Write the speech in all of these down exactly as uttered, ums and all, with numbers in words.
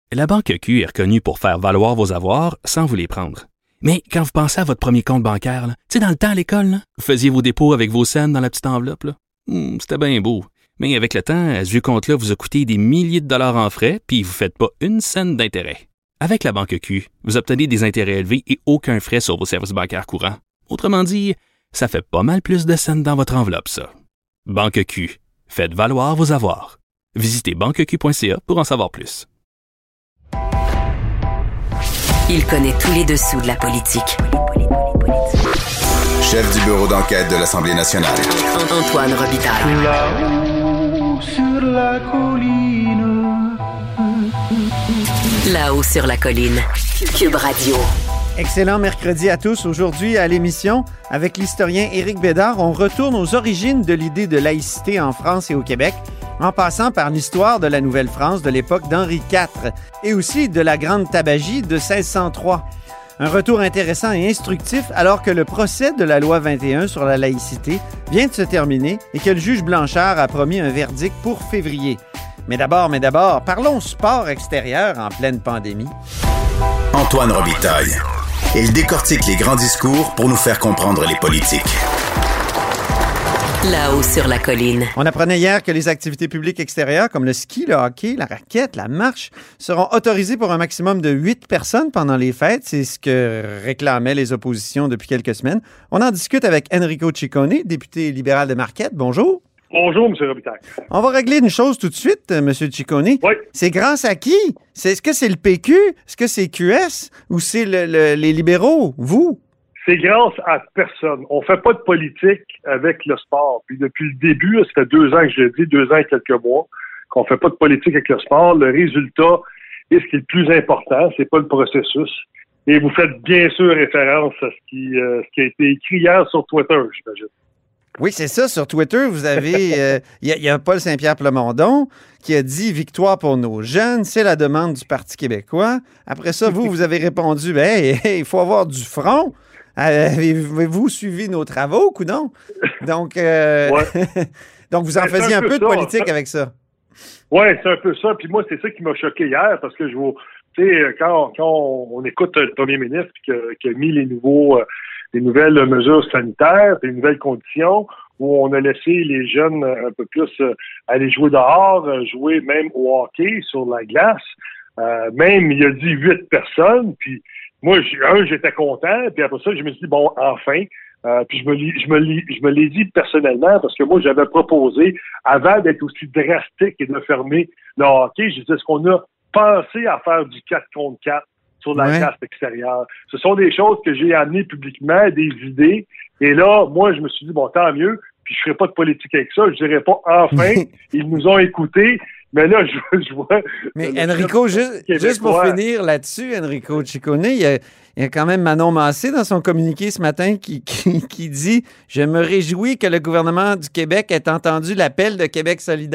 La Banque Q est reconnue pour faire valoir vos avoirs sans vous les prendre. Mais quand vous pensez à votre premier compte bancaire, tu sais, dans le temps à l'école, là, vous faisiez vos dépôts avec vos scènes dans la petite enveloppe. Là. Hum, c'était bien beau. Mais avec le temps, à ce vieux compte-là vous a coûté des milliers de dollars en frais, puis vous ne faites pas une scène d'intérêt. Avec la Banque Q, vous obtenez des intérêts élevés et aucun frais sur vos services bancaires courants. Autrement dit, ça fait pas mal plus de scènes dans votre enveloppe, ça. Banque Q. Faites valoir vos avoirs. Visitez banque q point c a pour en savoir plus. Il connaît tous les dessous de la politique. Chef du bureau d'enquête de l'Assemblée nationale. Antoine Robitaille. Là-haut sur la colline. Là-haut sur la colline. Cube Radio. Excellent mercredi à tous. Aujourd'hui, à l'émission, avec l'historien Éric Bédard, on retourne aux origines de l'idée de laïcité en France et au Québec, en passant par l'histoire de la Nouvelle-France de l'époque d'Henri quatre et aussi de la Grande Tabagie de seize cent trois. Un retour intéressant et instructif alors que le procès de la loi vingt et un sur la laïcité vient de se terminer et que le juge Blanchard a promis un verdict pour février. Mais d'abord, mais d'abord, parlons sport extérieur en pleine pandémie. Antoine Robitaille. Il décortique les grands discours pour nous faire comprendre les politiques. Là-haut sur la colline. On apprenait hier que les activités publiques extérieures, comme le ski, le hockey, la raquette, la marche, seront autorisées pour un maximum de huit personnes pendant les fêtes. C'est ce que réclamaient les oppositions depuis quelques semaines. On en discute avec Enrico Ciccone, député libéral de Marquette. Bonjour. Bonjour, M. Robitaille. On va régler une chose tout de suite, M. Ciccone. Oui. C'est grâce à qui? C'est, est-ce que c'est le P Q? Est-ce que c'est Q S? Ou c'est le, le, les libéraux? Vous? C'est grâce à personne. On fait pas de politique avec le sport. Puis depuis le début, ça fait deux ans que je le dis, deux ans et quelques mois, qu'on fait pas de politique avec le sport. Le résultat, et ce qui est le plus important, c'est pas le processus. Et vous faites bien sûr référence à ce qui, euh, ce qui a été écrit hier sur Twitter, j'imagine. Oui, c'est ça. Sur Twitter, vous avez... Il euh, y, y a Paul Saint-Pierre Plamondon qui a dit « Victoire pour nos jeunes, c'est la demande du Parti québécois ». Après ça, vous, vous avez répondu ben, « Hey, il faut avoir du front ». Avez-vous suivi nos travaux, ou non? Donc, euh, ouais. Donc, vous en ben, faisiez un, un peu, peu de politique ça. Avec ça. Oui, c'est un peu ça. Puis moi, c'est ça qui m'a choqué hier, parce que je vois, tu sais, quand, quand on, on écoute le premier ministre qui a, qui a mis les nouveaux... Euh, des nouvelles mesures sanitaires, des nouvelles conditions, où on a laissé les jeunes un peu plus euh, aller jouer dehors, jouer même au hockey sur la glace. Euh, même, il a dit huit personnes, puis moi, un, j'étais content, puis après ça, je me suis dit, bon, enfin, euh, puis je me, je, me, je me l'ai dit personnellement, parce que moi, j'avais proposé, avant d'être aussi drastique et de fermer le hockey, je disais, est-ce qu'on a pensé à faire du quatre contre quatre? Sur la ouais. glace extérieure. Ce sont des choses que j'ai amenées publiquement, des idées. Et là, moi, je me suis dit, bon, tant mieux, puis je ne ferai pas de politique avec ça. Je dirais pas, enfin, ils nous ont écoutés. Mais là, je, je vois... Mais Enrico, juste, juste pour finir là-dessus, Enrico Ciccone, il y, a, il y a quand même Manon Massé dans son communiqué ce matin qui, qui, qui dit « Je me réjouis que le gouvernement du Québec ait entendu l'appel de Québec solidaire. »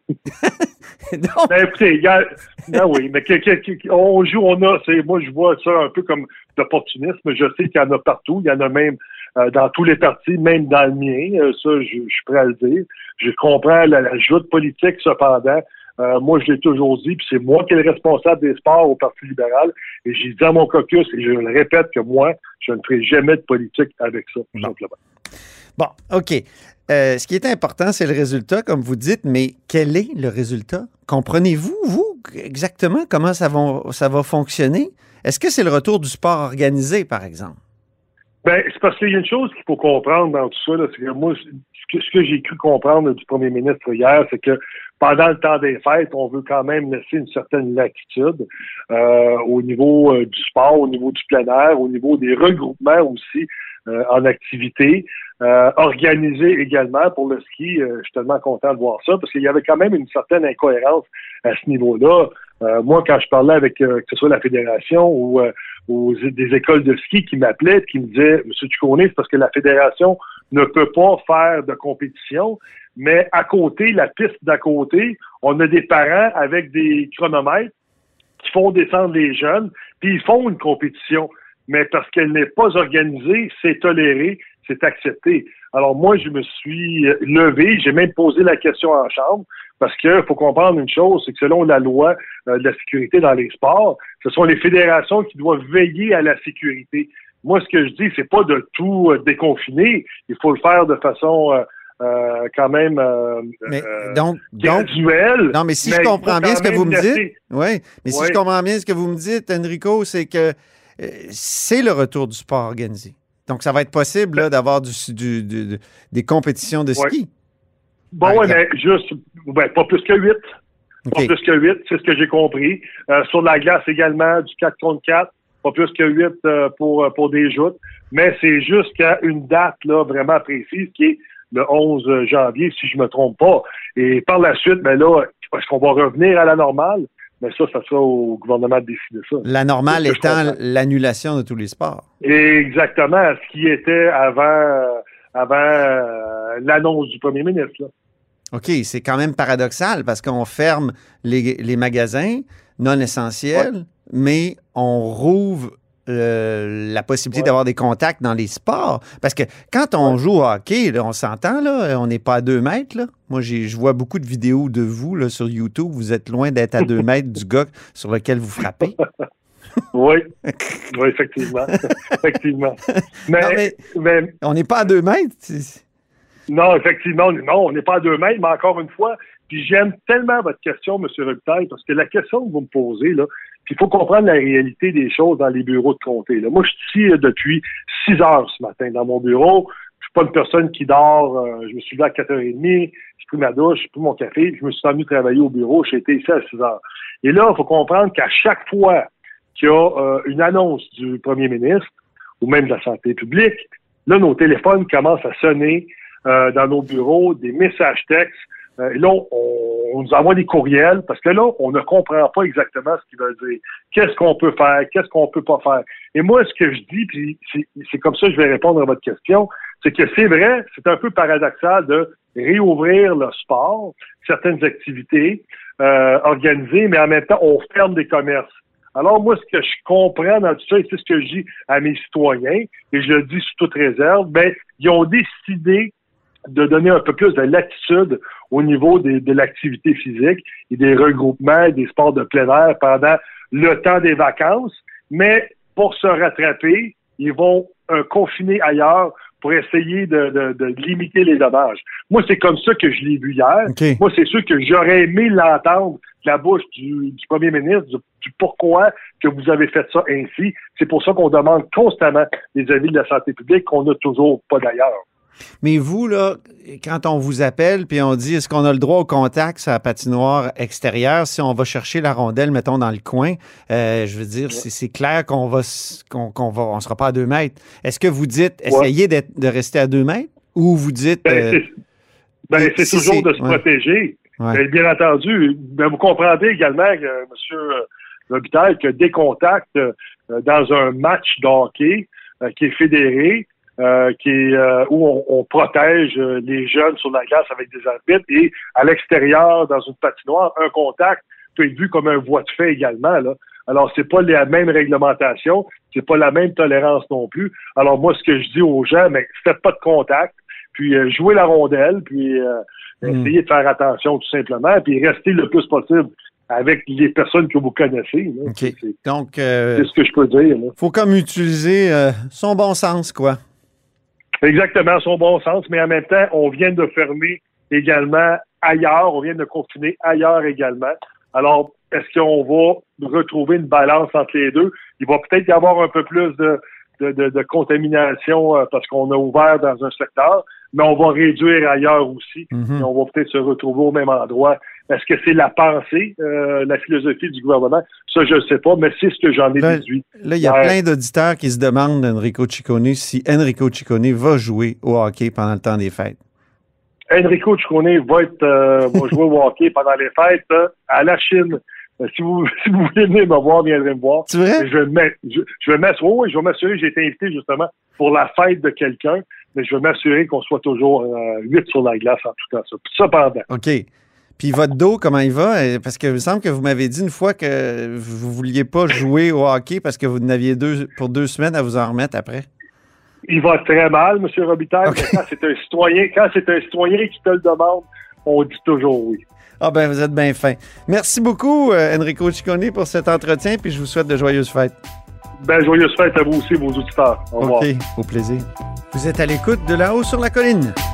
Donc... Ben, écoutez, y a, ben oui, mais que, que, que, on joue, on a, c'est, moi je vois ça un peu comme d'opportunisme. Je sais qu'il y en a partout, il y en a même euh, dans tous les partis, même dans le mien. Euh, ça, je, je suis prêt à le dire. Je comprends la, la joute politique, cependant. Euh, moi, je l'ai toujours dit, puis c'est moi qui est le responsable des sports au Parti libéral. Et j'ai dit à mon caucus, et je le répète, que moi, je ne ferai jamais de politique avec ça, tout bon. simplement. Bon, OK. Euh, ce qui est important, c'est le résultat, comme vous dites, mais quel est le résultat? Comprenez-vous, vous, exactement comment ça va, ça va fonctionner? Est-ce que c'est le retour du sport organisé, par exemple? Ben, c'est parce qu'il y a une chose qu'il faut comprendre dans tout ça, là, c'est que moi, ce que, ce que j'ai cru comprendre du premier ministre hier, c'est que pendant le temps des fêtes, on veut quand même laisser une certaine latitude euh, au niveau euh, du sport, au niveau du plein air, au niveau des regroupements aussi euh, en activité. Euh, organisé également pour le ski. Euh, je suis tellement content de voir ça parce qu'il y avait quand même une certaine incohérence à ce niveau-là. Euh, moi, quand je parlais avec euh, que ce soit la fédération ou euh, aux, des écoles de ski qui m'appelaient et qui me disaient « Monsieur Ciccone, c'est parce que la fédération ne peut pas faire de compétition, mais à côté, la piste d'à côté, on a des parents avec des chronomètres qui font descendre les jeunes, puis ils font une compétition. Mais parce qu'elle n'est pas organisée, c'est toléré, c'est accepté. Alors moi, je me suis levé, j'ai même posé la question en chambre Parce qu'il faut comprendre une chose, c'est que selon la loi euh, de la sécurité dans les sports, ce sont les fédérations qui doivent veiller à la sécurité. Moi, ce que je dis, c'est pas de tout euh, déconfiner. Il faut le faire de façon euh, euh, quand même euh, mais, euh, donc, graduelle. Non, mais si mais je comprends bien ce que vous me laisser... dites, oui, mais si ouais. je comprends bien ce que vous me dites, Enrico, c'est que euh, c'est le retour du sport organisé. Donc, ça va être possible là, d'avoir du, du, du, du, des compétitions de ski. Ouais. Bon, oui, mais juste, ben, pas plus que huit. Okay. Pas plus que huit, c'est ce que j'ai compris. Euh, sur la glace également, du quatre contre quatre. Pas plus que huit euh, pour, pour des joutes. Mais c'est jusqu'à une date là vraiment précise qui est le onze janvier, si je me trompe pas. Et par la suite, ben là, est-ce qu'on va revenir à la normale? Mais ça, ça sera au gouvernement de décider ça. La normale étant l'annulation de tous les sports. Exactement, ce qui était avant, avant euh, l'annonce du premier ministre. Là. OK, c'est quand même paradoxal parce qu'on ferme les, les magasins non essentiels, ouais. mais on rouvre euh, la possibilité ouais. d'avoir des contacts dans les sports. Parce que quand on ouais. joue au hockey, là, on s'entend, là, on n'est pas à deux mètres. Là. Moi, j'ai, je vois beaucoup de vidéos de vous là, sur YouTube. Vous êtes loin d'être à deux mètres du gars sur lequel vous frappez. Oui, oui, effectivement. effectivement. Mais, non, mais, mais on n'est pas à deux mètres. C'est... Non, effectivement, non, on n'est pas à deux mètres, mais encore une fois, puis j'aime tellement votre question, M. Robitaille, parce que la question que vous me posez, là, puis il faut comprendre la réalité des choses dans les bureaux de comté. Là. Moi, je suis ici depuis six heures ce matin dans mon bureau. Je suis pas une personne qui dort. Euh, je me suis levé à quatre heures trente, j'ai pris ma douche, j'ai pris mon café, je me suis venu travailler au bureau. J'ai été ici à six heures. Et là, il faut comprendre qu'à chaque fois qu'il y a euh, une annonce du premier ministre ou même de la santé publique, là, nos téléphones commencent à sonner euh, dans nos bureaux, des messages textes. Euh, et là, on, on nous envoie des courriels parce que là, on ne comprend pas exactement ce qu'ils veulent dire. Qu'est-ce qu'on peut faire? Qu'est-ce qu'on peut pas faire? Et moi, ce que je dis, puis c'est, c'est comme ça que je vais répondre à votre question, c'est que c'est vrai, c'est un peu paradoxal de réouvrir le sport, certaines activités euh, organisées, mais en même temps, on ferme des commerces. Alors, moi, ce que je comprends dans tout ça, et c'est ce que je dis à mes citoyens, et je le dis sous toute réserve, ben, ils ont décidé de donner un peu plus de latitude au niveau des, de l'activité physique et des regroupements et des sports de plein air pendant le temps des vacances. Mais pour se rattraper, ils vont euh, confiner ailleurs pour essayer de, de, de limiter les dommages. Moi, c'est comme ça que je l'ai vu hier. Okay. Moi, c'est sûr que j'aurais aimé l'entendre de la bouche du, du premier ministre, du, du pourquoi que vous avez fait ça ainsi. C'est pour ça qu'on demande constamment des avis de la santé publique qu'on n'a toujours pas d'ailleurs. Mais vous, là, quand on vous appelle puis on dit est-ce qu'on a le droit au contact sur la patinoire extérieure si on va chercher la rondelle, mettons, dans le coin, euh, je veux dire, ouais. c'est, c'est clair qu'on va qu'on, qu'on va on sera pas à deux mètres. Est-ce que vous dites essayez ouais. d'être, de rester à deux mètres ou vous dites ben, euh, c'est, ben, c'est si, toujours c'est, de se ouais. protéger. Ouais. Ben, bien entendu, ben, vous comprendrez également, euh, M. Robitaille, que des contacts euh, dans un match de hockey euh, qui est fédéré, Euh, qui est, euh, où on, on protège euh, les jeunes sur la glace avec des arbitres et à l'extérieur, dans une patinoire, un contact peut être vu comme un voie de fait également. Là. Alors, c'est pas la même réglementation, c'est pas la même tolérance non plus. Alors, moi, ce que je dis aux gens, mais faites pas de contact, puis euh, jouez la rondelle, puis euh, mm. essayez de faire attention tout simplement, puis restez le plus possible avec les personnes que vous connaissez. Là. Okay. C'est, Donc, euh, c'est ce que je peux dire. Il faut comme utiliser euh, son bon sens, quoi. Exactement, son bon sens, mais en même temps, on vient de fermer également ailleurs, on vient de confiner ailleurs également. Alors, est-ce qu'on va retrouver une balance entre les deux? Il va peut-être y avoir un peu plus de, de, de, de contamination euh, parce qu'on a ouvert dans un secteur, mais on va réduire ailleurs aussi mm-hmm. et on va peut-être se retrouver au même endroit. Est-ce que c'est la pensée, euh, la philosophie du gouvernement? Ça, je ne sais pas, mais c'est ce que j'en ai là, déduit. Là, il y a ouais. plein d'auditeurs qui se demandent d'Enrico Ciccone si Enrico Ciccone va jouer au hockey pendant le temps des fêtes. Enrico Ciccone va, être, euh, va jouer au hockey pendant les fêtes euh, à la Chine. Euh, si vous si vous voulez venir me voir, viendrez me voir. C'est vrai? Je vais, je, je vais m'assurer, oui, je vais m'assurer, j'ai été invité justement pour la fête de quelqu'un, mais je vais m'assurer qu'on soit toujours euh, huit sur la glace en tout cas. Ça. Cependant. OK. Puis votre dos, comment il va? Parce que il me semble que vous m'avez dit une fois que vous ne vouliez pas jouer au hockey parce que vous n'aviez deux pour deux semaines à vous en remettre après. Il va très mal, M. Robitaille, okay. mais quand c'est un citoyen, quand c'est un citoyen qui te le demande, on dit toujours oui. Ah ben, vous êtes bien fin. Merci beaucoup, euh, Enrico Ciccone, pour cet entretien, puis je vous souhaite de joyeuses fêtes. Ben, joyeuses fêtes à vous aussi, vos auditeurs. Au revoir. OK, au plaisir. Vous êtes à l'écoute de Là-haut sur la colline.